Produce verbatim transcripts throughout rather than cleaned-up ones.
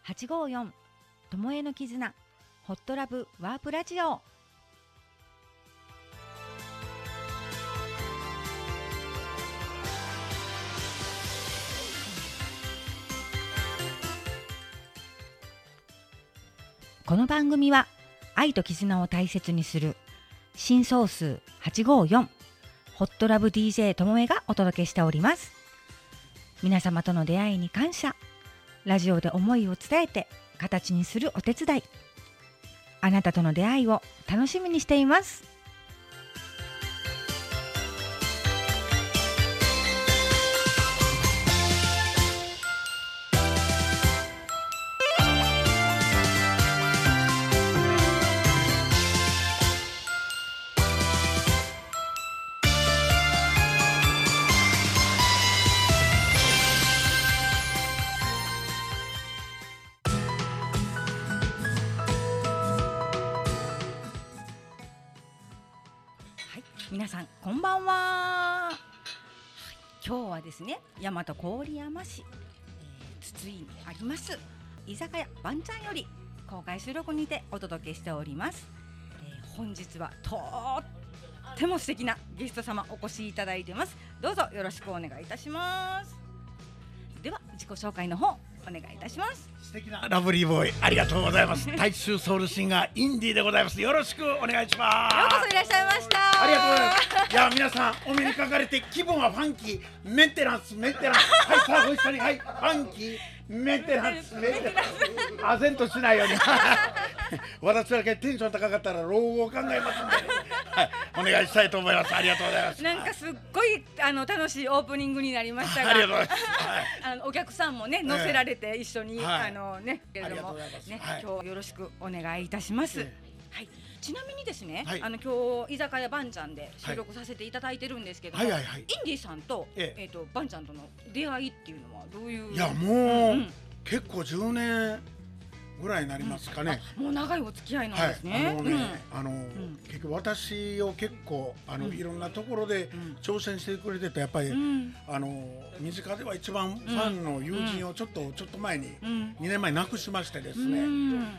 はちごよんともえの絆ホットラブワープラジオ。この番組は愛と絆を大切にする新総数はちごよんホットラブ ディージェー ともえがお届けしております。皆様との出会いに感謝。ラジオで思いを伝えて形にするお手伝い。あなたとの出会いを楽しみにしています。皆さんこんばんは、はい、今日はですね大和郡山市、えー、筒井にあります居酒屋ばんちゃんより公開収録にてお届けしております、えー、本日はとっても素敵なゲスト様お越しいただいてます。どうぞよろしくお願いいたします。では自己紹介の方お願いいたします。 素敵なラブリーボーイありがとうございます。大衆ソウルシンガーインディーでございます。よろしくお願いします。 ようこそいらっしゃいました。 ありがとうございます。いや皆さんお目にかかれて気分はファンキーメンテナンスメンテナンスはいさあご一緒にはいファンキーメンテナンスメンテナンスあぜんとしないように私だけテンション高かったら老後を考えますんで、はい、お願いしたいと思います。ありがとうございます。 なんかすっごいあの楽しいオープニングになりましたが、 ありがとうございます、はい、 あのお客さんもね乗せられて一緒に、 はい、 あのねけれどもね、はい、今日よろしくお願いいたします、はいはい、ちなみにですね、はい、あの今日居酒屋ばんちゃんで収録させていただいてるんですけども、はいはいはいはい、インディさんと、えええー、とばんちゃんとの出会いっていうのはどういう？ いやもう、うん、結構じゅうねんぐらいになりますかね、 うん、もう長いお付き合いなんですね。はい、あのね、 うん、あの、うん、結局私を結構あの、うん、いろんなところで挑戦してくれててやっぱり、うん、あの身近では一番ファンの友人をちょっと、うん、ちょっと前に、うん、にねんまえ亡くしましてですね、うん、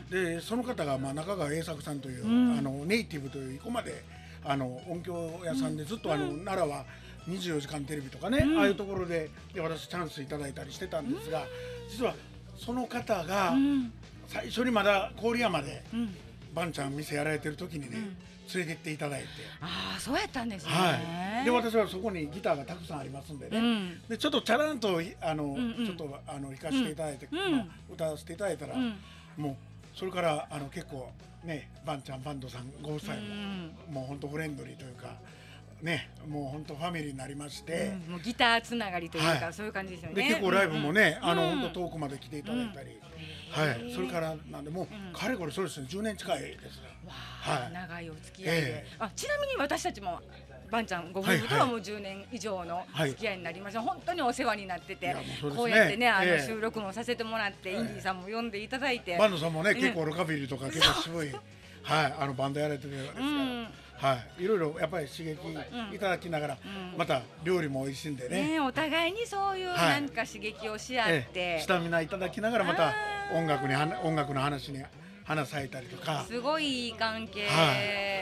でその方が、まあ、中川栄作さんという、うん、あのネイティブという生駒であの音響屋さんでずっと、うん、あの奈良はにじゅうよじかんテレビとかね、うん、ああいうところで、で私チャンスいただいたりしてたんですが、実はその方が、うん最初にまだ郡山で、うん、ばんちゃん店やられてる時にね、うん、連れてっていただいて、 ああそうやったんですね、 はい、で私はそこにギターがたくさんありますんでね、うん、でちょっとチャランとあの、うんうん、ちょっとあの弾かせていただいて、うんまあ、歌わせていただいたら、うん、もうそれからあの結構ねばんちゃんバンドさんご夫妻も、うん、もう本当フレンドリーというかね、もう本当ファミリーになりまして、 うん、もうギターつながりというか、はい、そういう感じですよね。 で結構ライブもね、うん、あの本当遠くまで来ていただいたり、うん、はい、それからなんでもう、うん、かれこれそうですねじゅうねん近いですね。 はい、長いお付き合いで、えー、あちなみに私たちもばんちゃんご夫婦とはもうじゅうねん以上の付き合いになりました、はい、本当にお世話になってて、ね、こうやってねあの、えー、収録もさせてもらって、えー、インディさんも呼んでいただいて、 バンドさんもね、うん、結構ロカビリーとか結構渋いはいあのバンドやられてるですから、うんはい、いろいろやっぱり刺激いただきながら、うん、また料理も美味しいんでね、 ねお互いにそういうなんか刺激をし合って、はいええ、スタミナいただきながらまた音楽に音楽の話に花咲いたりとかすごいいい関係、はい、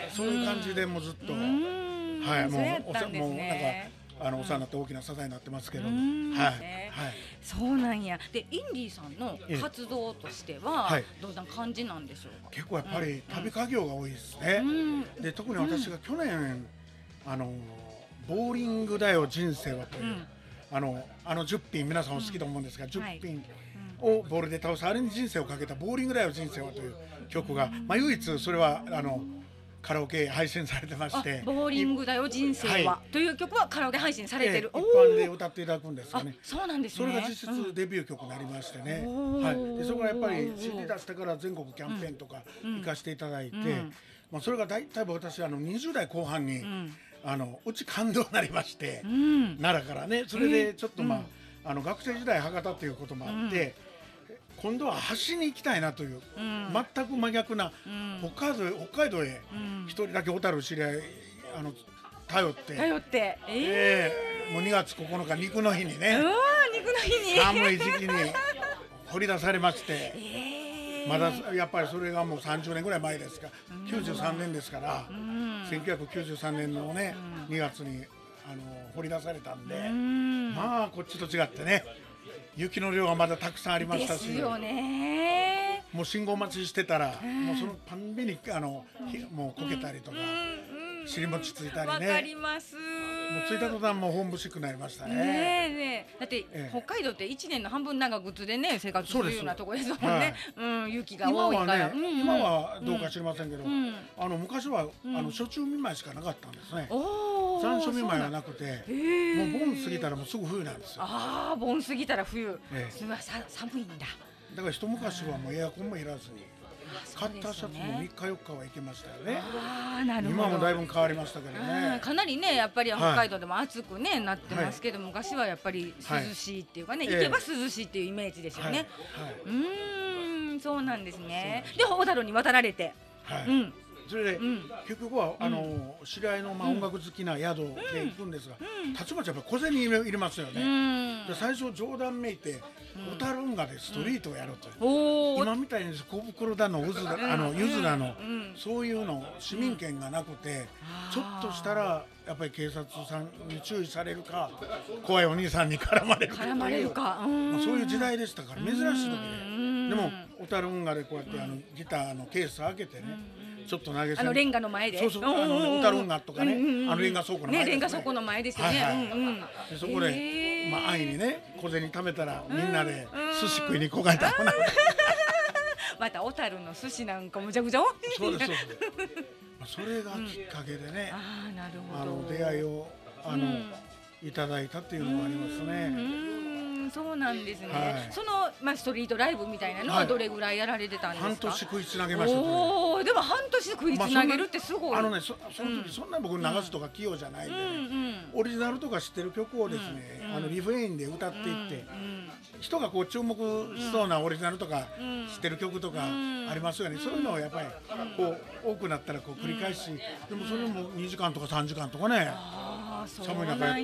そういう感じでもうずっと、うん、はい、もうおさもうなんかあのお世話になって大きな支えになってますけども、はい、はい、 そうなんや。でインディさんの活動としてはどんな感じなんでしょうか。 結構やっぱり旅家業が多いですね。で特に私が去年あのボーリングだよ人生はという、あのあのじゅっぴん皆さんお好きと思うんですが、じゅっぴんをボールで倒すあれに人生をかけたボーリングだよ人生はという曲が、まあ唯一それはあのカラオケ配信されてまして、 ボーリングだよ人生は、はい、という曲はカラオケ配信されてる、 えー、一般で歌っていただくんですよね。 そうなんですね。 それが実質デビュー曲になりましてね、うんはい、でそこからやっぱり シーディー 出してから全国キャンペーンとか行かせていただいて、うんうんまあ、それが大体私あのにじゅう代後半に、うん、あのうち感動になりまして、うん、奈良からねそれでちょっとまあ、うん、あの学生時代博多ということもあって、うん、今度は橋に行きたいなという、うん、全く真逆な、うん、北海道へ北海道へ一人だけ小樽知り合いあの頼って頼って、 えーえー、もうにがつここのか肉の日にね、 うわ肉の日に寒い時期に掘り出されまして、 えー、 まだやっぱりそれがもうさんじゅうねんぐらい前ですか、きゅうじゅうさんねんですから、せんきゅうひゃくきゅうじゅうさんねんのねにがつにあの掘り出されたんで、まあこっちと違ってね雪の量がまだたくさんありましたし、 ですよね、 もう信号待ちしてたら、もうそのたんびにあのもうこけたりとか、尻餅ついたりね。 わかります。 もうついた途端もうホームシックになりましたね。 ねえねえ、だって、ええ、北海道っていちねんの半分長靴でね生活するようなところですもんね。はい、うん、雪が多いから。 今はね、うんうん、今はどうか知りませんけど、うん、あの昔は、うん、あの暑中見舞いしかなかったんですね。残暑見舞いはなくて、もう盆過ぎたらもうすぐ冬なんですよ。 ああ、盆過ぎたら冬。ええ、さ寒いんだ。 だから一昔はもうエアコンもいらずに。カッターシャツもみっかよっかは行けましたよね。 あ、なるほど。 今もだいぶ変わりましたけどね。 かなりねやっぱり北海道でも暑くね、はい、なってますけど、昔はやっぱり涼しいっていうかね、はい、行けば涼しいっていうイメージですよね。はいはい、うーん、そうなんですね。で小樽に渡られて、 はい、うん、それで、うん、結局はあの知り合いのまあ音楽好きな宿で行くんですが、たちまちやっぱ小銭入れますよね。で最初冗談めいて小樽運河でストリートをやろうと、うん、今みたいに小袋だのうずだ、うん、あのゆずだの、うん、そういうの市民権がなくて、うん、ちょっとしたらやっぱり警察さんに注意されるか怖いお兄さんに絡まれるか絡まれるか、 まあ、そういう時代でしたから珍しい時で、でも小樽運河でこうやってあのギターのケース開けてね、ちょっと投げ銭、 あのレンガの前で、 そうそう、あの小樽運河とかね、あのレンガ倉庫の前ね、レンガ倉庫の前ですよね。 そこでまあ安易にね小銭貯めたらみんなで寿司食いにこがれたもな。 また小樽の寿司なんかむちゃくちゃそうですそうです。それがきっかけでね、 ああなるほど、 あの出会いをあのいただいたっていうのがありますね。 そうなんですね。はい、そのまあストリートライブみたいなのはどれぐらいやられてたんですか？ 半年食いつなげました。 おお、でも半年食いつなげるってすごい。 まあ、あのね、そ, その時そんな僕流すとか器用じゃないんで、ね、うんうん、オリジナルとか知ってる曲をですね、うん、あのリフレインで歌っていって、うん、人がこう注目しそうなオリジナルとか知ってる曲とかありますよね。うん、そういうのをやっぱりこう多くなったらこう繰り返し、でもそれもにじかんとかさんじかんとかね、 寒い中やって。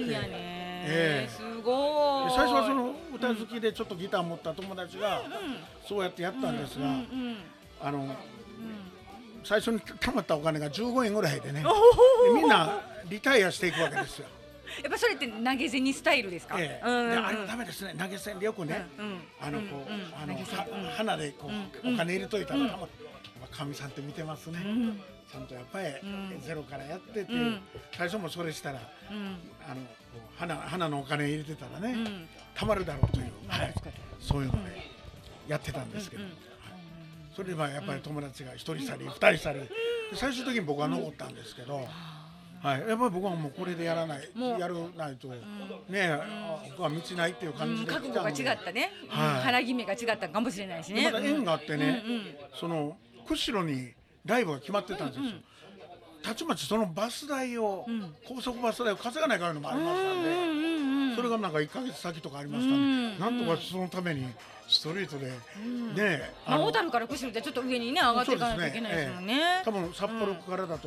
ええ、 すごい。 最初はその歌好きでちょっとギター持った友達がそうやってやったんですが、あの最初に貯まったお金がじゅうごえんぐらいでね、でみんなリタイアしていくわけですよ。 やっぱそれって投げ銭スタイルですか？ ええ、うんうん、であれはダメですね。投げ銭でよくね、うんうん、あのこう、うんうん、あの花でこう、うん、お金入れといたら、うん、神さんって見てますね。うん、ちゃんとやっぱり、うん、ゼロからやってて、うん、最初もそれしたら、うん、あの花花のお金入れてたらね、うん、たまるだろうという、はい、そういうのでやってたんですけど、うんうん、はい、それではやっぱり友達が一人去り二人去り、最終的に僕は残ったんですけど、はい、やっぱり僕はもうこれでやらない、やらないと、うん、ね、僕は道ないっていう感じで来たので、 覚悟が違ったね、はい、腹決めが違ったかもしれないしね。 また縁があってね、うんうん、その釧路にライブが決まってたんですよ。うんうん、たちまちそのバス代を、うん、高速バス代を稼がないかんのもありましたんで、うんうんうん、それがなんかいっかげつ先とかありましたんで、うんうん、なんとかそのためにストリートで、うん、ね、 まあ、小樽から釧路でちょっと上にね上がっていかないといけないですもんね。ええ、 多分札幌からだと、うん、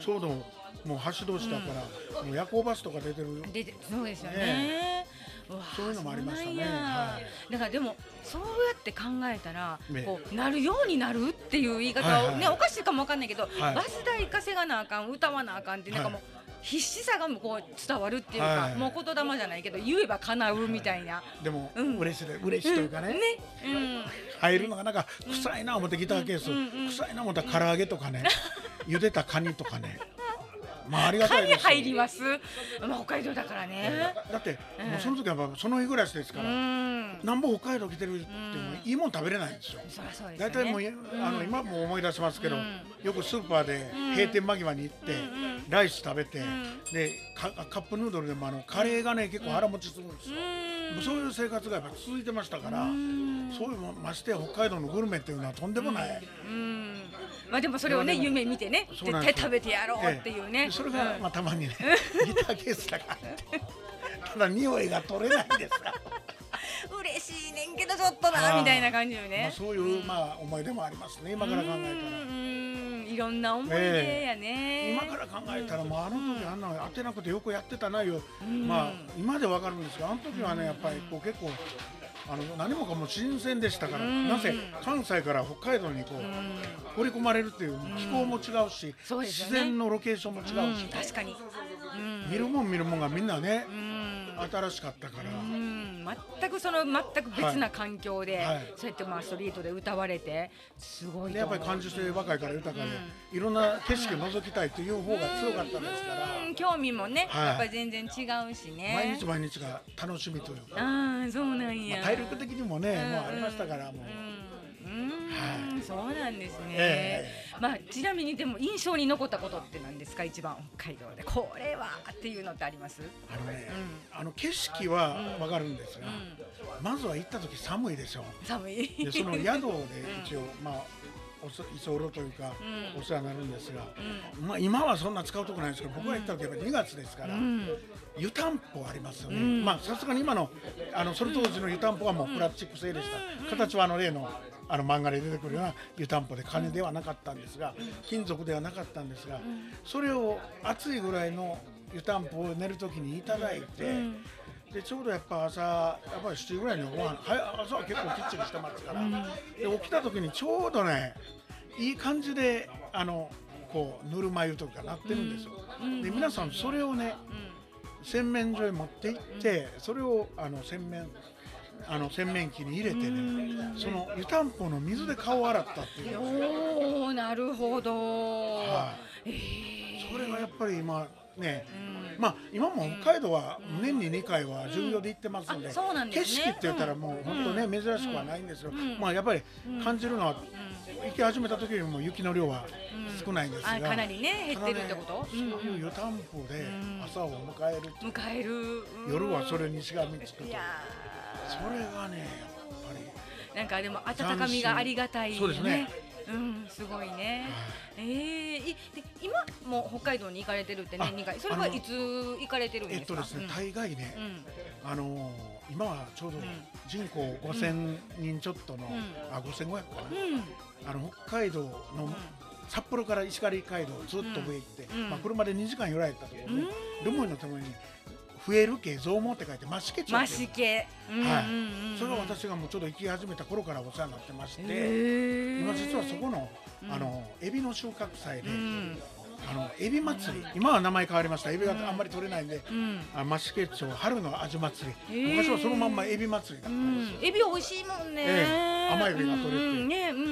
ちょうどもう橋同士だから、うん、もう夜行バスとか出てる。 出て、そうですよね。ね、 そういうのもありましたね。はい、だからでもそうやって考えたら、ね、こうなるようになるっていう言い方を、はいはい、ね、おかしいかもわかんないけど、はい、バス代稼がなあかん、歌わなあかんってなんかもう、はい、必死さがもうこう伝わるっていうか、はい、もう言霊じゃないけど言えば叶うみたいな、はい、でも、うん、嬉しい嬉しいというかね、うんね、うん、入るのがなんか臭いな思ってギターケース、うんうん、臭いな思ったら唐揚げとかね、茹でたカニとかね、まあありがたいです。 カニ入ります。まあ北海道だからね。 だって、うん、もうその時はやっぱその日暮らしですから、うん、なんぼ北海道来てるってもいいもん食べれないんですよ。大体、うん、もう、あの今も思い出しますけど、うん、よくスーパーで閉店間際に行って、うん、ライス食べて、うん、でカップヌードルでもあのカレーがね結構腹持ちするんですよ。うん、そういう生活がやっぱ続いてましたから、うん、そういうましてや北海道のグルメっていうのはとんでもない。うんうん、 まあでもそれをね夢見てね、絶対食べてやろうっていうね、 ええ、それが、うん、まあたまにねギターケースだからただ匂いが取れないんですが嬉しいねんけどちょっとなみたいな感じよね。 まあ、そういう、まあ、思い出もありますね今から考えたら。 うんいろんな思い出やね、 えー、今から考えたらもうあの時あんなの当てなくてよくやってたなよ、まあ今でわかるんですが、あの時はねやっぱりこう結構あの何もかも新鮮でしたから、なぜ関西から北海道にこう掘り込まれるっていう気候も違うし、自然のロケーションも違うし、 確かに見るもん見るもんがみんなね新しかったから、 全くその全く別な環境で、はい、そうやってまあストリートで歌われてすごいと思う。 でやっぱり感受性若いから豊かで、うん、いろんな景色を覗きたいという方が強かったですから、 うん、興味もね、はい、やっぱり全然違うしね、 毎日毎日が楽しみというか、 ああそうなんや、 まあ、体力的にもね、うん、もうありましたからもう、 うん、はい、そうなんですね、 えーまあ、ちなみにでも印象に残ったことって何ですか、一番北海道でこれはっていうのってあります？ あのね、うん、あの景色は分かるんですが、うん、まずは行った時寒いでしょ。 寒いでその宿で一応、うん、まあおそ居候というか、うん、お世話になるんですが、うん、まあ、今はそんな使うとこないですけど、僕が行った時はにがつですから、うん、湯たんぽありますよね、うん、まあさすがに今のあのそれ当時の湯たんぽはもうプラスチック製でした、形はあの例のあの漫画で出てくるような湯たんぽで金ではなかったんですが、金属ではなかったんですが、それを暑いぐらいの湯たんぽを寝る時にいただいて、でちょうどやっぱ朝やっぱりしちじぐらいにご飯、はい、朝は結構きっちりしてますから、で起きた時にちょうどねいい感じであのこうぬるま湯とかなってるんですよ。で皆さんそれをね洗面所へ持って行って、それをあの洗面あの洗面器に入れてね、その湯たんぽの水で顔を洗ったっていう。 おー、なるほど、 はい、えー、それがやっぱり今ね、うん、まあ今も北海道は年ににかいは巡業で行ってますんで、 うん、 景色って言ったらもう本当ね、うん、珍しくはないんですよ、うん、まあやっぱり感じるのは、うん、行き始めた時よりも雪の量は少ないんですが、 うん、あかなりね減ってるってこと、 ね、そういう湯たんぽで朝を迎える、 うん、迎える、 夜はそれにしがみつくと、いやそれがねやっぱりなんかでも温かみがありがたいよね。 そうですね、 うん、すごいね。ええー、で今も北海道に行かれてるってね、にかい。それはいつ行かれてるんですか？ えっとですね、うん、大概ね、うん、あのー、今はちょうど人口ごせんにんちょっとの、うん、あごせんごひゃくかな、うん、あの北海道の、うん、札幌から石狩街道ずっと上行って、うん、まあ車でにじかん揺られたところで、留萌のために増える系増毛って書いて増毛町、 増毛、 はい、それは私がもうちょっと行き始めた頃からお世話になってまして、今実はそこのあのエビの収穫祭で、うん、あのエビ祭り、今は名前変わりました。エビがあんまり取れないんで、うん、あ増毛町春の味祭り、昔はそのまんまエビ祭りだったんですよ、 うん、エビ美味しいもんね、 ええ、甘エビが取れて、うんうんねうんうん、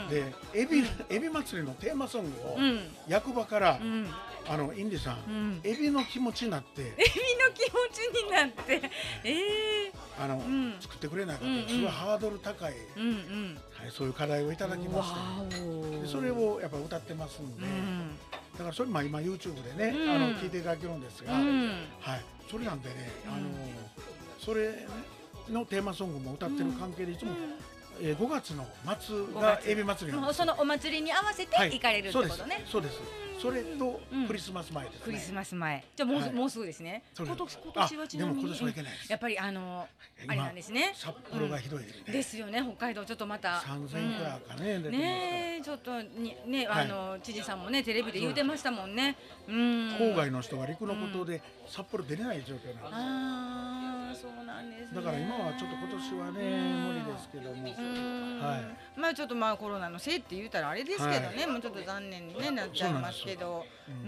でエビエビ祭りのテーマソングを、うん、役場から、うん、あのインディさん、うん、エビの気持ちになってエビの気持ちになってえー、あの、うん、作ってくれないかと、うんうん、すごいハードル高い、うんうんはい、そういう課題をいただきましてでそれをやっぱ歌ってますんで、うん、だからそれまあ今 YouTube でね、うん、あの聞いていただけるんですが、うん、はい、それなんでね、うん、あのそれのテーマソングも歌ってる関係でいつも、うんえー、ごがつの末がエビ祭りなんです。 そのお祭りに合わせて行かれるってことね、 はい、そうです、そうです。それとクリスマス前ですね、 クリスマス前じゃあもう、はい、もうすぐですね。今年今年はちなみにでも今年は行けないです。 やっぱりあのあれなんですね、 札幌がひどい、ねうん、ですよね。北海道ちょっとまたさんぜんくらいかね、 うん、ねちょっとにねあの、はい、知事さんもねテレビで言うてましたもんね。うん郊外の人が陸のことで札幌出れない状況なんです。 ああそうなんですね。 だから今はちょっと今年はね無理ですけども、はい、 まあちょっとまあコロナのせいって言ったらあれですけどね、はい、もうちょっと残念に、ね、なっちゃいますけど、 うん、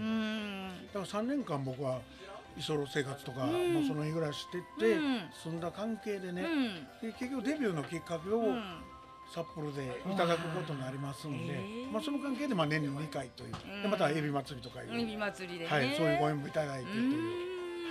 だからさんねんかん僕は居候生活とか、うん、もうその日暮らししてて、うん、住んだ関係でね、うん、で結局デビューのきっかけを札幌でいただくことになりますので、まあ、その関係でまあ年ににかいという、でまたエビ祭りとかいう、 エビ祭りでね、 はい、そういうご縁もいただいてという。はい、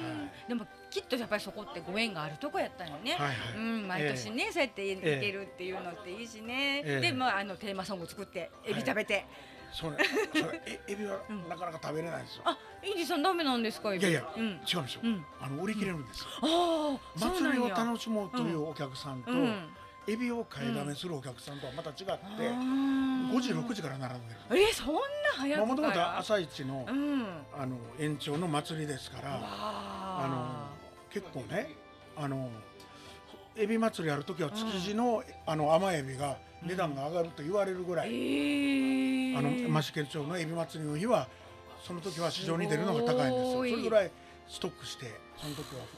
でもきっとやっぱりそこってご縁があるとこやったよね、 はいはいうん、毎年ね、えー、そうやって行けるっていうのっていいしね、えー、で、まあ、あのテーマソング作ってエビ食べて、はい、 それそれえエビはなかなか食べれないんですよ、 うん、あインディさんダメなんですか？ いやいや、うん、違うんですよ、うん、あの売り切れるんですよ、うん、あ祭りを楽しもうというお客さんと、うんうんエビを買いだめするお客さんとはまた違って、うん、ごじろくじから並んでる。 えそんな早くから？ もともと朝市の、うん、あの延長の祭りですから、あの結構ねあのエビ祭りある時は築地の、うん、あの甘エビが値段が上がると言われるぐらい、うん、あの増毛町のエビ祭りの日はその時は市場に出るのが高いんですよ。それぐらいストックしてその時は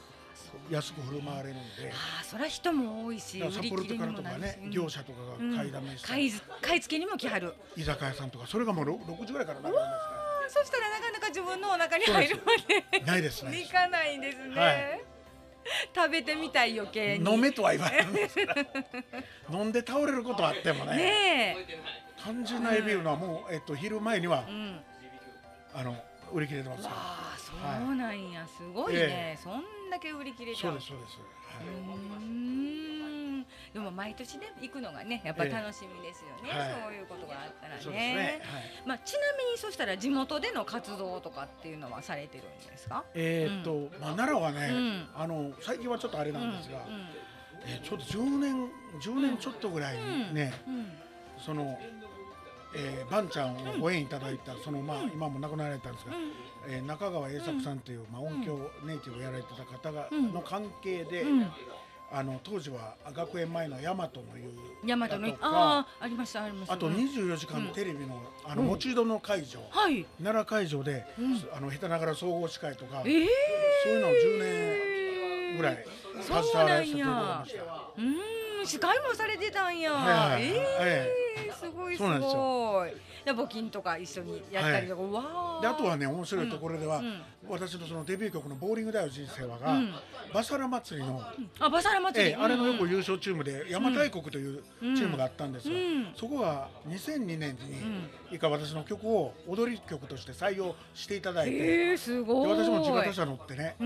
安く振る舞われるんで、 ああそりゃ人も多いし、売札り切れに幌とかともなるし、 かね、業者とかが買いだめした買い買い付けにも来はる。 居酒屋さんとか、それがもうろくじぐらいから並びますかそしたらなかなか自分のお腹に入るまでら。ないですね。 いかないんですね、 はい、 食べてみたい余計に。 飲めとは言わないんですから飲んで倒れることはあってもね、 ね肝心なエビのはもう、えっと、昼前には、 うん、 あの売り切れてますから。 ああそうなんや、すごいね、えー、そんだけ売り切れちゃう。 そうですそうです、はい、 うーん、でも毎年ね行くのがねやっぱ楽しみですよね、えー、そういうことがあったらね。そうですね、はい、まあ、ちなみにそしたら地元での活動とかっていうのはされてるんですか？ えー、っと、うん、まあ、奈良はね、うん、あの最近はちょっとあれなんですが、うんうん、えー、ちょっとじゅうねんじゅうねんちょっとぐらいにね、うんうん、そのえー、ばんちゃんをご縁いただいた、そのまあ、うん、今も亡くなられたんですが、うん、えー、中川栄作さんという、まあ、音響ネイティブをやられてた方が、うん、の関係で、うん、あの当時は学園前の大和の湯大和の湯、ああ、ありましたありました。 あとにじゅうよじかんテレビの、うん、あの持ち戸の会場、はい、奈良会場で、うん、あの下手ながら総合司会とか、えー、そういうのをじゅうねんぐらい携わらせていただきました。 うん、司会もされてたんや。はい、えーえー、すごいすごい。で募金とか一緒にやったりとか、はい、わであとはね面白いところでは、うん、私のそのデビュー曲のボーリングだよ人生はが、うん、バサラ祭りの、 うん、あバサラ祭り、 えー、あれのよく優勝チームで邪馬台国というチームがあったんですよ、うん、そこがにせんにねんに以下私の曲を踊り曲として採用していただいて、 えー、すごい。 で私も自家車乗ってね、うん、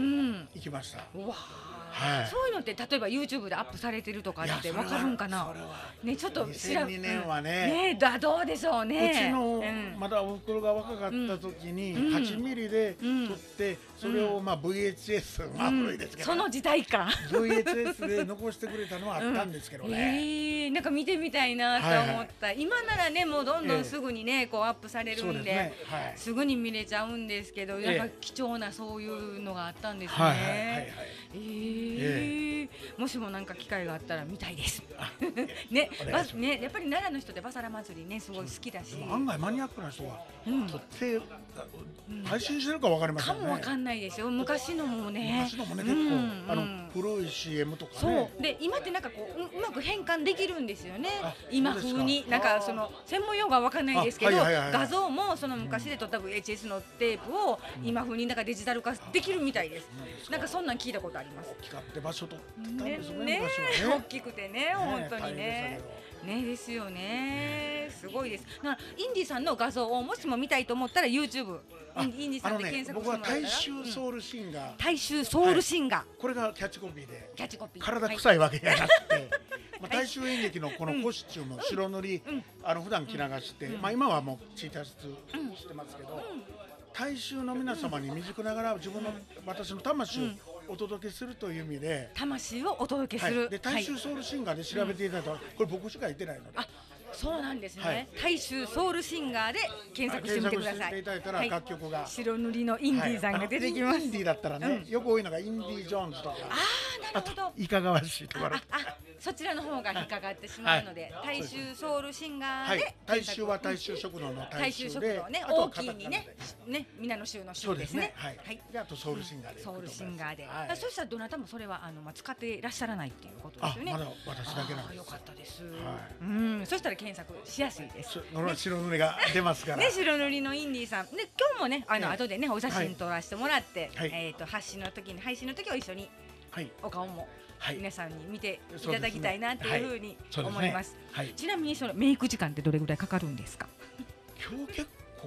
行きました。 うわ、はい、そういうのって例えば YouTube でアップされてるとかってわかるんかな。ね、ちょっと調べ、 にせんにねんはね、 ね、だどうでしょうね。 うちの、うん、まだお袋が若かった時に、うん、はちミリで撮って、うん、それをまあ ブイエイチエス、うん、まあ古いですけど、 その時代かブイエイチエス で残してくれたのはあったんですけどね、うん、 えー、なんか見てみたいなと思った、はいはい、今ならねもうどんどんすぐにね、えー、こうアップされるん で, で、ね、はい、すぐに見れちゃうんですけど、やっぱ貴重なそういうのがあったんですね。はいはいはいはい、えーえー、もしもなんか機会があったら見たいですね。ね、やっぱり奈良の人でバサラ祭りねすごい好きだし、 案外マニアックな人が撮って、うん、配信してるか分かりませんね。 かも分かんないですよ。昔のもね、 昔のもね結構、うん、あの古い シーエム とかね。 そうで今ってなんかこう う, うまく変換できるんですよね。今風になんかその専門用語は分かんないですけど、はいはいはいはい、画像もその昔で撮った ブイエイチエス のテープを今風になんかデジタル化できるみたいです。うん、なんかそんなん聞いたことあります。 大きかって場所とったんですね。 ね、大きくてね、本当にね。ねですよね。すごいです。なインディさんの画像をもしも見たいと思ったら YouTube インディさんで検索してもらったら、ね、僕は大衆ソウルシンガー、うん、大衆ソウルシンガー、はい、 これがキャッチコピーでキャッチコピー体臭いわけじゃなくて、はい、まあ、大衆演劇のこのコスチューム、うん、白塗り、うん、あの普段着流して、うん、まあ、今はもうチーター出してますけど、うん、大衆の皆様に未熟ながら自分の、うん、私の魂をお届けするという意味で、 魂をお届けする、はい、 で大衆ソウルシンガーで調べていただいたら、はい、これ僕しか言ってないので、 あ、そうなんですね、はい、大衆ソウルシンガーで検索してみてください。 検索していただいたら楽曲が、はい、 白塗りのインディーさんが出てきます。はい、 インディーだったらね、うん、よく多いのがインディー・ジョーンズとか、 あー、なるほど、 いかがわしいとか、 ああそちらの方が引っかかってしまうので、はい、大衆ソウルシンガーで、はい、 大衆は大衆食堂の大衆で、大衆食堂ね、大きいにね、ね、皆の州の州ですね。 はい、はい、であとソウルシンガーで、 ソウルシンガーで、はい、そしたらどなたもそれはあのまあ使っていらっしゃらないっていうことですよね。 あ、まだ私だけなんです。 よかったです。はい、うん、そしたら検索しやすいです。 ね、白塗りが出ますから。 ね、白塗りのインディーさん、で今日もね、あの後でねお写真撮らせてもらって、はい、えっと発信の時に配信の時は一緒にお顔も。はい、皆さんに見ていただきたいなというふうに思います。ちなみにそのメイク時間ってどれぐらいかかるんですか？ 今日結構、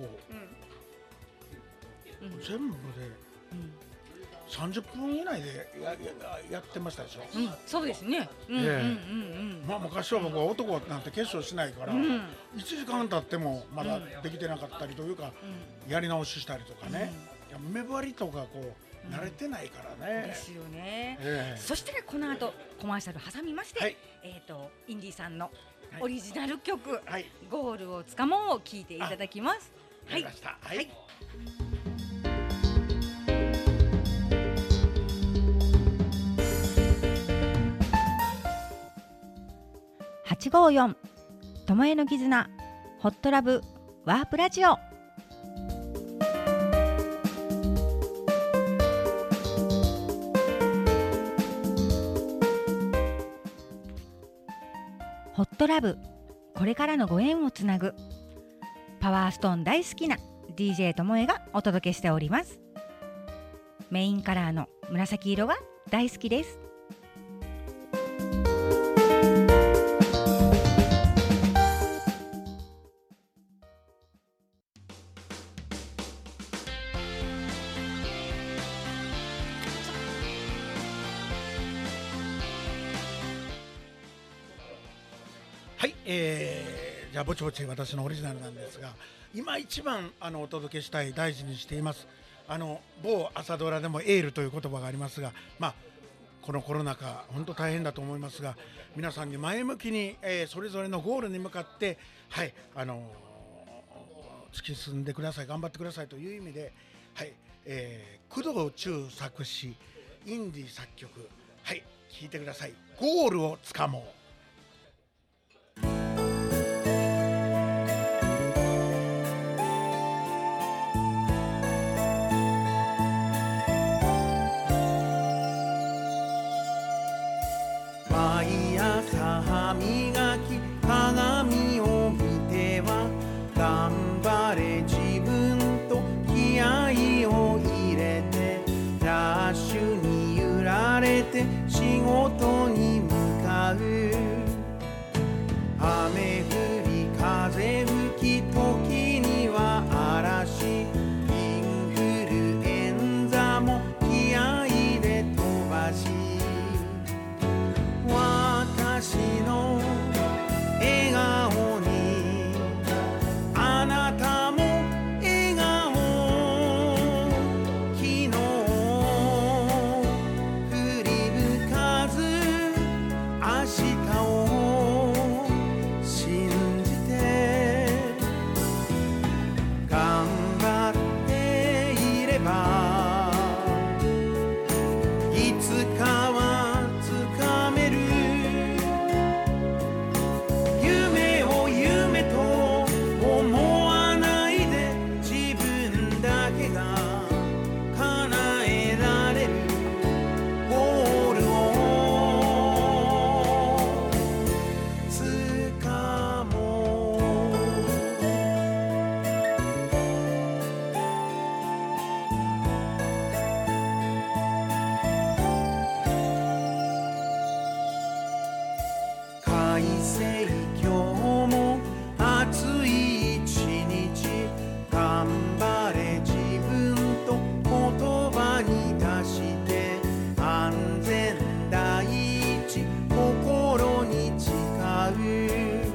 うん、全部でさんじゅっぷん以内で や, や, やってましたでしょ。 うん、そうですね。 まあ昔は僕は男なんて化粧しないから、うん、いちじかん経ってもまだできてなかったりというか、うん、やり直ししたりとかね、うん、目張りとかこう慣れてないからね。 ですよね。えー、そしてこの後コマーシャル挟みまして、はい、えっとインディさんのオリジナル曲、はい、ゴールをつかもうを聴いていただきます。 はい。はい。 はちごーよんともえの絆ホットラブワープラジオ。 ホットラブ、これからのご縁をつなぐ。パワーストーン大好きな ディージェー ともえがお届けしております。メインカラーの紫色が大好きです。 はい、えー、じゃあぼちぼち私のオリジナルなんですが、今一番あのお届けしたい、大事にしています、あの某朝ドラでもエールという言葉がありますが、まあこのコロナ禍本当大変だと思いますが、皆さんに前向きに、えー、それぞれのゴールに向かってはいあのー、突き進んでください、頑張ってくださいという意味で、はい、えー、工藤中作詞、インディ作曲、はい聴いてください。ゴールをつかもう。 毎朝歯磨き鏡を見ては頑張れ自分と気合を入れて、ラッシュに揺られて仕事に向かう。雨降り風吹き時には嵐、インフルエンザも気合で飛ばし、私の笑顔にあなたも笑顔。昨日振り向かず明日を信じて頑張っていれば、いつかはつかめる。夢を夢と思わないで、自分だけが叶えられるゴールをつかもう。快晴、今日も暑い一日、頑張れ自分と言葉に出して、安全第一心に誓う。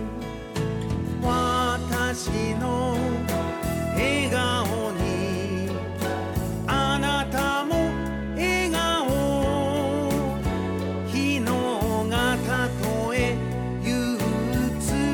私の笑顔にあなたも笑顔。昨日がたとえ憂鬱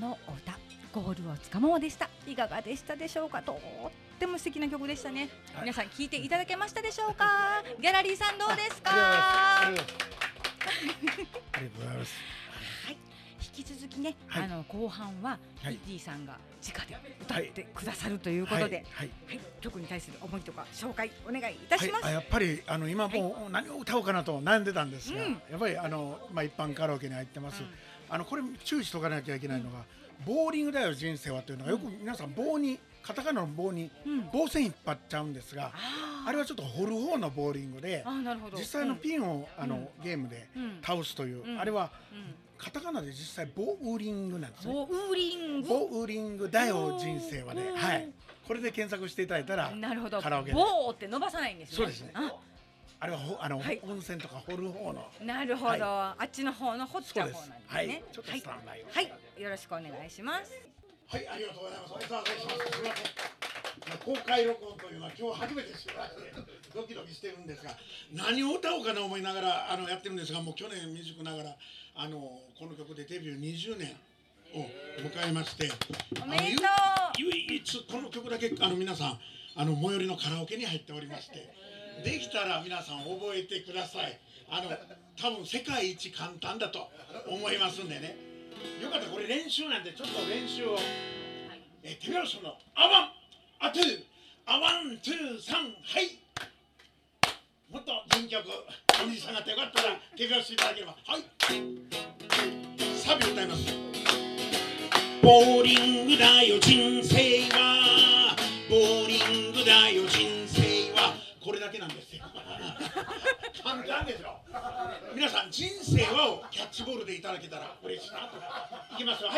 のお歌ゴールをつかもうでした。いかがでしたでしょうか。とっても素敵な曲でしたね、はい、皆さん聞いていただけましたでしょうか。ギャラリーさんどうですか。 ありがとうございます。 はい、引き続きね、はい、あの後半はヒディさんが直で歌ってくださるということで、はいはいはい、曲に対する思いとか紹介お願いいたします。 はい、やっぱりあの今もう何を歌おうかなと悩んでたんですが、うん、やっぱりあの、まあ、一般カラオケに入ってます、うん、あのこれ注意しとかなきゃいけないのが、うん、ボーリングだよ人生はというのがよく皆さん棒にカタカナの棒に棒線引っ張っちゃうんですが、うん、あれはちょっと掘る方のボーリングで、実際のピンを、うん、あのゲームで倒すという、うん、あれは、うん、カタカナで実際ボーリングなんですね。 ボーリングボーリングだよ人生はね、はい、これで検索していただいたらなるほど、 カラオケでボーって伸ばさないんですね。 そうですね。ああれはあの、はい、温泉とか掘る方の。 なるほど、はい、あっちの方の掘っちゃう方なんですね。 はい、ちょっとスタンバイを、 はい、はい、よろしくお願いします。 はい、ありがとうございます。お騒がせします。すみません。公開録音というのは今日初めて知らせてドキドキしてるんですが、何を歌おうかな思いながらあのやってるんですが、もう去年未熟ながらあのこの曲でデビューにじゅうねんを迎えまして、 おめでとう。 唯一この曲だけあの皆さんあの最寄りのカラオケに入っておりまして、できたら皆さん覚えてください。あの多分世界一簡単だと思いますんでね。よかったらこれ練習なんでちょっと練習を、はい、え手拍子のアワンアトゥーアワンツーサン、はい、もっと原曲お兄さん方よかったら手拍子していただければ、はい、サビ歌います。ボーリングだよ人生は、ボーリングだよ人生は、これだけなんですよ簡単ですよ。皆さん人生はをキャッチボールでいただけたら嬉しいなと。いきますよ。はい、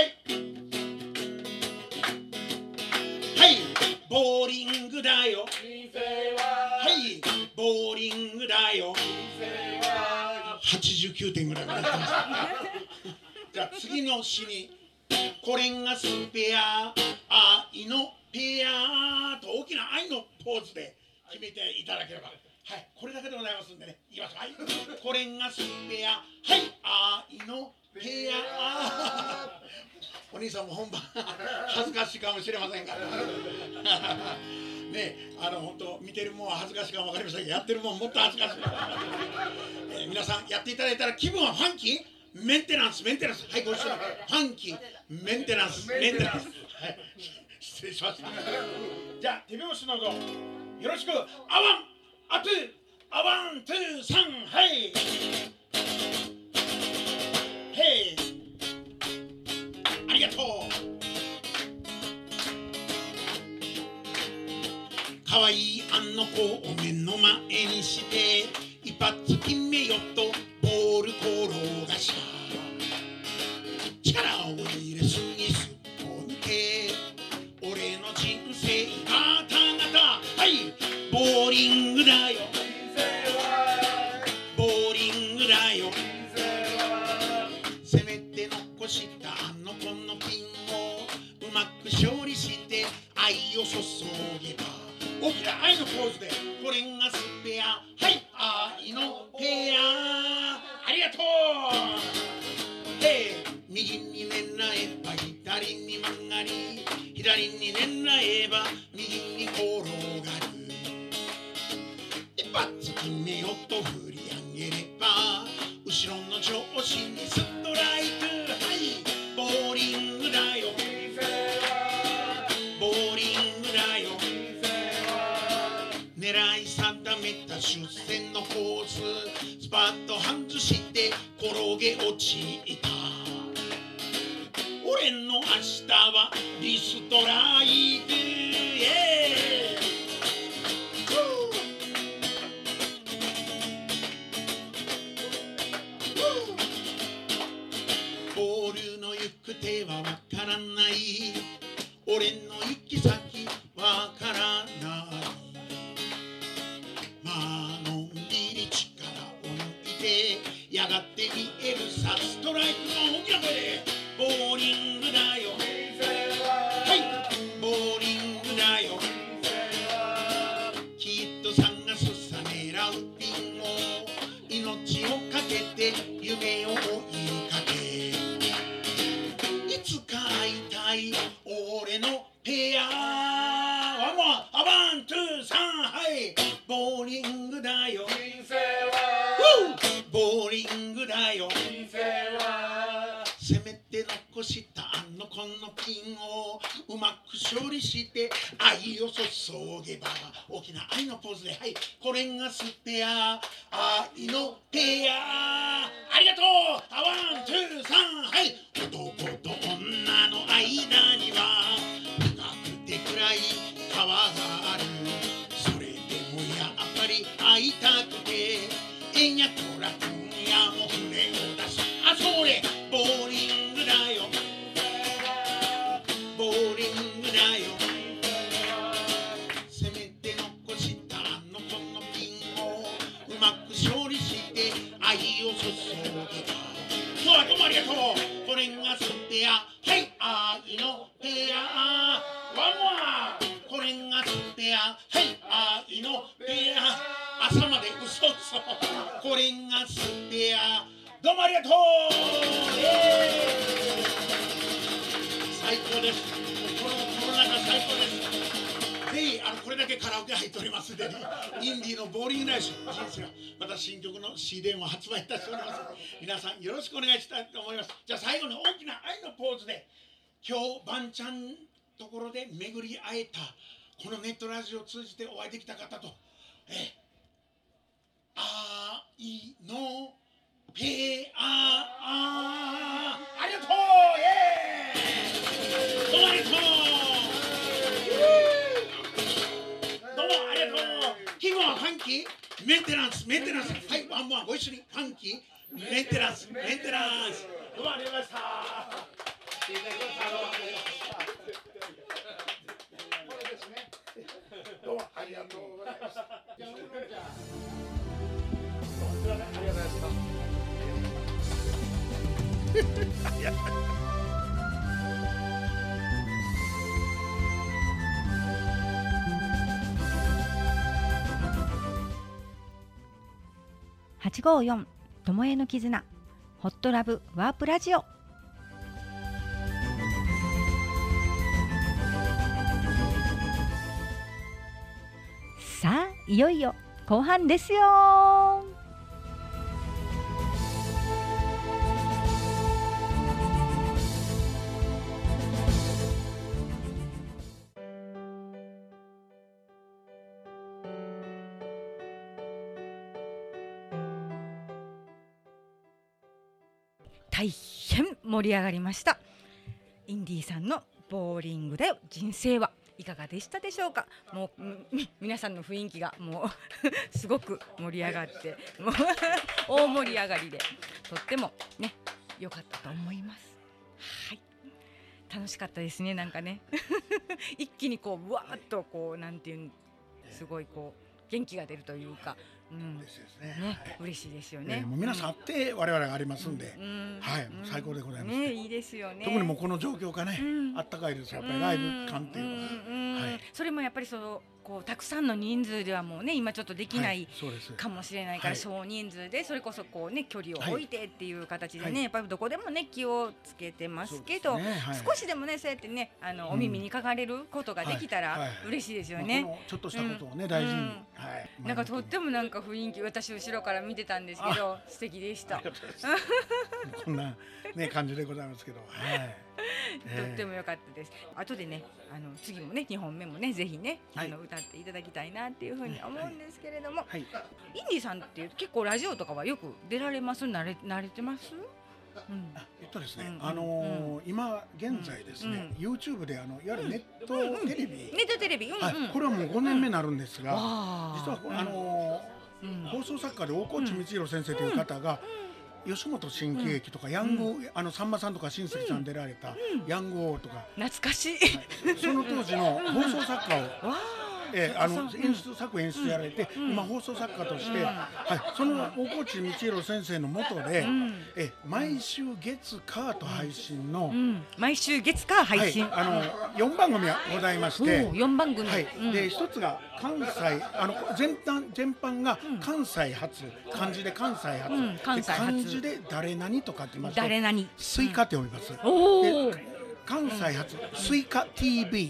はい、ボーリングだよ人生は、はい、ボーリングだよ人生は、はちじゅうきゅうてんぐらいまでやってますじゃあ次の詩に、これがスペア愛のペアと大きな愛のポーズで決めていただければ、はい、これだけでございますんでね、いきます。はい、これがスペア、はい、愛のペアお兄さんも本番恥ずかしいかもしれませんがね、あの本当見てるもんは恥ずかしいかも分かりませんが、やってるもんもっと恥ずかしい、えー、皆さんやっていただいたら気分はファンキーメンテナンスメンテナンス、はい、ご一緒にファンキーメンテナンスメンテナンス、はい、失礼しました。じゃあ手拍子の後よろしく。アワンアトゥーアワンツーサン、はい、ヘイ、ありがとう。かわいいあの子を目の前にして一発決めよとボール転がした。力を入れすぎすっぽ抜け、俺の人生ガタガタ、はい、ボーリングだよボーリングだよ、せめて残したあの子のピンをうまく勝利して愛を注げば、大きな愛のポーズで、これがスペア、はい、愛のペア、ありがとう。へい、右に狙えば左に曲がり、左に狙えば右に転がる、一発決めよと振り上げれば後ろの上司にストライク、はい、ボーリングだよボーリングだよ、狙い定めた出線のコーススパッと外して転げ落ちた。俺の明日はリストライク、イエーボールの行く手はわからない、俺の行き先わからない、まあのんびり力を抜いてやがて見えるさストライクの大きな声で、ボーリングだよはい、ボーあワンツーサンはいボーリングだよ人生はボーリングだよ人生はせめて残したあの子のピンをうまく処理して愛を注げば大きな愛のポーズではいこれがスペア愛のペアありがとうあワンツーサンはい男と女の間には深くて暗い川があるそれでもやっぱり会いたくてえんやとらくんやも船を出すあそれボーリングだよボーリングだよせめて残したあの子のピンをうまく処理して愛を注げば今日はどうもありがとうこれがスペアはい愛のペアワンモアこれがスペアはい愛のペア朝まで嘘嘘これがスペアどうもありがとう、えー、最高ですこのコロナ禍最高ですぜひあのこれだけカラオケ入っておりますのでねインディーのボーリングライフ人生はまた新曲の シーディー も発売いたしております皆さんよろしくお願いしたいと思いますじゃあ最後に大きな愛のポーズで今日バンちゃんところで巡り会えたこのネットラジオを通じてお会いできた方とえ愛のペアあありがとうイエーイどうもありがとうどうもありがとう気分はファンキーメンテナンスメンテナンスはいワンモアご一緒にファンキーメンテナンスメンテナンスどうもありがとうございましたどうもありがとうございましたありがとうございましたはちごーよんともえの絆ホットラブワープラジオさあいよいよ後半ですよ大変盛り上がりましたインディーさんのボーリングだよ人生はいかがでしたでしょうかもう皆さんの雰囲気がもうすごく盛り上がってもう大盛り上がりでとってもね良かったと思いますはい楽しかったですねなんかね一気にこうわーっとこうなんていうすごいこう元気が出るというかうん、嬉しいですね。ね、はい、嬉しいですよね。 ねもう皆さんあって我々がありますんで、うん、はい、うん、最高でございます、 ね。いいですよね。 特にもうこの状況がね、うん、あったかいですよ。やっぱりライブ感っていうのは、うんはい、それもやっぱりそのこうたくさんの人数ではもうね今ちょっとできない、はい、かもしれないから、はい、少人数でそれこそこうね距離を置いてっていう形でね、はい、やっぱりどこでもね気をつけてますけど、ねはい、少しでもねそうやってねあの、うん、お耳にかかれることができたら嬉しいですよね。 まあ、このちょっとしたことをね、うん、大事に、うんはい、 なんかとってもなんか雰囲気私後ろから見てたんですけど素敵でした。 こんなね感じでございますけど、はい。 とっても良かったです。後でね、あの次もねにほんめもねぜひね、はい、あの歌っていただきたいなっていうふうに思うんですけれども、はいはい、インディさんって結構ラジオとかはよく出られます？慣れ慣れてます？ うん、えっとですね、うん、あのーうん、今現在ですね、うん、YouTube であのいわゆるネットテレビ、 うん、ネットテレビ、うんうんはい、 これはもうごねんめになるんですが、うん、実はあのーうん、放送作家で大河内光弘先生という方が、うん、吉本新喜劇とか、うん、ヤング、うん、あのさんまさんとか親戚さん出られた、うん、ヤング王とか懐かしい、 はい、その当時の放送作家をえー、あの演出作演出やられて、うん、今放送作家として、うんはい、その大河内光弘先生の下で、うん、え毎週月火と配信の、 うん、毎週月火配信、 はい、あのよんばん組がございまして、 よんばん組、 はいうん、で一つが関西あの全般全般が関西発、漢字で関西発、うん、関西発漢字で誰何とかって言いますと誰何スイカって呼びます、 うん、 で関西発、うん、スイカ ティーブイ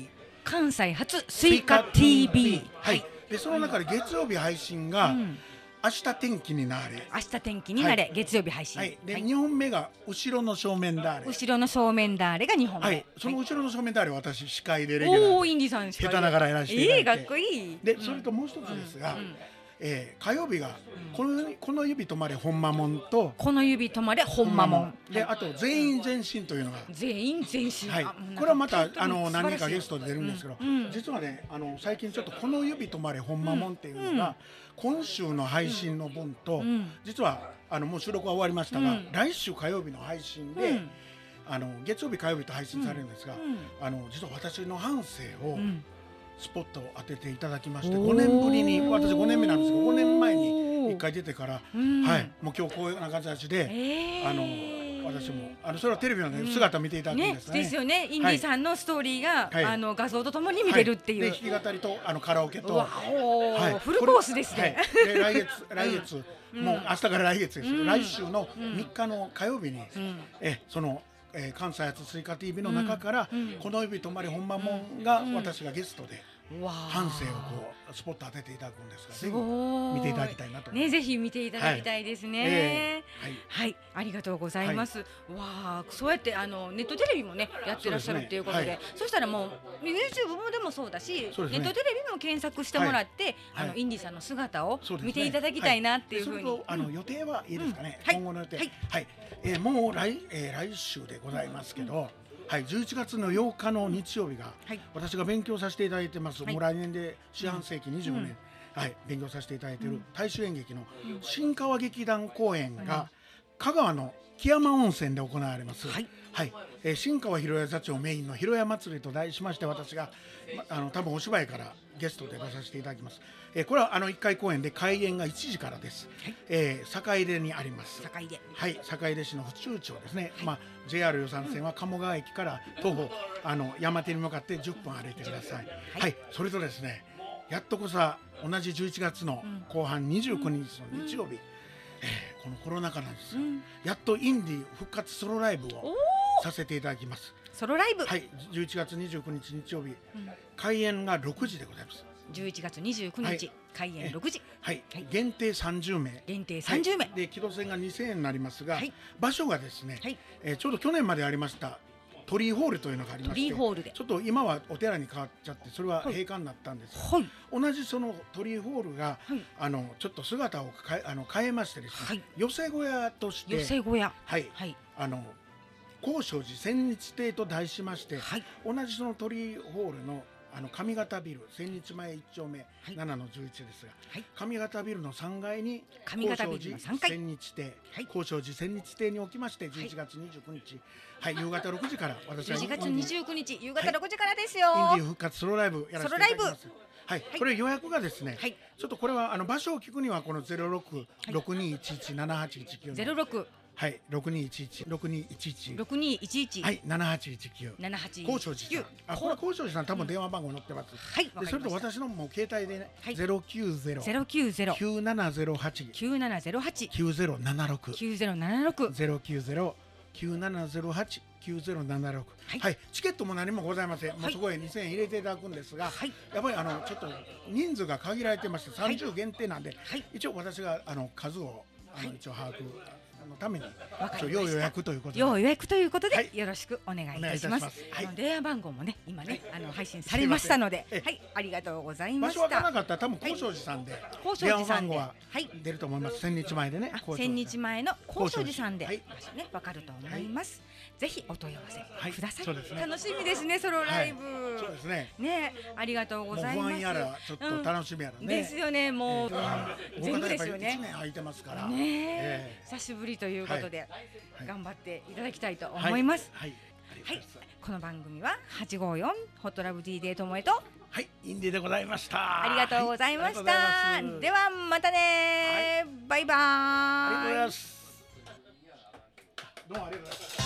関西初スイカ ティーブイ、 はい、でその中で月曜日配信が、うん、明日天気になれ、 明日天気になれ、はい、月曜日配信、 はい、で、はい、にほんめが後ろの正面だーれ、 後ろの正面だーれがにほんめ、はい、 その後ろの正面だーれ、私司会でレギュラー、 おー、インディさん司会で下手ながらやらせていただいて、 えー、かっこいい。 でそれともう一つですが、うんうん、えー、火曜日がこの、この指止まれほんまもんと、 この指止まれほんまもんで、あと全員全身というのが、 全員全身、 はい、これはまたあの何人かゲストで出るんですけど、うんうん、実はね、あの最近ちょっとこの指止まれほんまもんっていうのが、うん、今週の配信の分と、うん、実はあのもう収録は終わりましたが、うん、来週火曜日の配信で、うん、あの月曜日火曜日と配信されるんですが、うんうん、あの実は私の半生を、うんスポットを当てていただきまして、ごねんぶりに、私ごねんめなんですけど、ごねんまえにいっかい出てから、うん、はい、もう今日こういうような形で、えー、あの私もあのそれはテレビの、ね、うん、姿を見ていただくんですね。 ねですよね。インディさんのストーリーが、はい、あの画像とともに見れるっていう。 はい、で弾き語りとあのカラオケと、 わお、はい、フルコースですね。 はい、で来月来月、うん、もう明日から来月です、うん、来週のみっかの火曜日に、うん、えその。えー、関西初スイカ ティーブイ の中から、うんうん、この指止まれほんまもんが、うん、私がゲストで半生をこうスポット当てていただくんですが、ぜひ見ていただきたいなと思います。 ね、ぜひ見ていただきたいですね。はい、えーはい、はい、ありがとうございます。はい、わあ、そうやってあのネットテレビもねやってらっしゃるっていうことで、そ、ねはい、そしたらもう YouTube もでもそうだし、ね、ネットテレビも検索してもらって、はい、あのインディさんの姿を見ていただきたいなっていうふうに。 それとあの予定はいいですかね。 うん、 今後の予定、はい、はい、えー、もう来、えー、来週でございますけど。うん、はい、じゅういちがつのようかの日曜日が、はい、私が勉強させていただいてます、はい、もう来年で四半世紀にじゅうごねん、うんはい、勉強させていただいている大衆演劇の新川劇団公演が香川の木山温泉で行われます、はいはい、えー、新川広屋座長メインの広屋祭りと題しまして、私があの多分お芝居からゲストで出させていただきます。えー、これはあのいっかい公演で開演がいちじからです。はい、えー、坂出にあります。 坂出、 はい、坂出市の府中町ですね。はい、まあ ジェイアール 予算線は鴨川駅から徒歩あの山手に向かってじゅっぷん歩いてください。はい、はい、それとですね、やっとこさ同じじゅういちがつの後半にじゅうくにちの日曜日、うん、えー、このコロナ禍なんですよ、うん、やっとインディ復活ソロライブをさせていただきます。 ソロライブ、 はい、じゅういちがつにじゅうくにち日曜日、うん、開演がろくじでございます。 じゅういちがつにじゅうくにち、はい、開演ろくじ、 はい、はい、限定さんじゅうめい、 限定さんじゅうめい、 はい、で木戸線がにせんえんになりますが、はい、場所がですね、はい、えー、ちょうど去年までありました鳥居ホールというのがありまして、 鳥居ホールでちょっと今はお寺に変わっちゃって、それは閉館になったんですが、はい、同じその鳥居ホールが、はい、あのちょっと姿を変え、あの変えましてですね、はい、寄せ小屋として寄せ小屋、 はい、はい、あの高尚寺千日亭と題しまして、はい、同じその鳥居ホールのあの上方ビル千日前いっちょうめ、はい、ななのじゅういちですが、はい、上方ビルのさんがいに上方ビルのさんがい千日亭、はい、高尚寺千日亭におきましてじゅういちがつにじゅうくにち、はい、はい、夕方ろくじから私はじゅういちがつにじゅうくにち夕方ろくじからですよ、 はい、インディ復活ソロライブやらせていただきます。はい、はい、これ予約がですね、はい、ちょっとこれはあの場所を聞くにはこのゼロロク ろくにいちいち ななはちいちきゅうゼロロクはい、六二一一六二一一六二一一はい七八一九七八高尚寺さん、あ、これ高尚寺さん多分電話番号載ってます。 はい、 でそれと私のもう携帯でね、ゼロ九ゼロゼロ九ゼロ九七ゼロ八九七ゼロ八九ゼロ七六九ゼロ七六ゼロ九ゼロ九七ゼロ八九ゼロ七六、はい、チケットも何もございません。もうそこへ二千円入れていただくんですが、はい、やっぱりあのちょっと人数が限られてまして三十限定なんで、はい、一応私があの数をあの一応把握のために要予約ということで要予約ということで、はい、よろしくお願いいたします。はい、電話番号もね今ね、はい、あの配信されましたので、はい、ありがとうございました。 場所わからなかったら多分高尚寺さんで、はい、電話番号は出ると思います。千日前でね、 千日前の高尚寺さんで、はい、ねわかると思います。はい、ぜひお問い合わせください。はい、ね、楽しみですねソロライブ。 はい、そうですね。 ね、ありがとうございます。 もう不安やらちょっと楽しみやらね。うん、 ですよね、もう、えー、全部ですよね。 いちねん空いてますから。 ね、えー、久しぶりということで、はい、頑張っていただきたいと思います。はい。はいはい、この番組ははちごよんホットラブ ディー デーともえと、 はい、インディでございました。 ありがとうございました。はい、ではまたね、はい、バイバーイ。 ありがとうございます。どうもありがとうございます。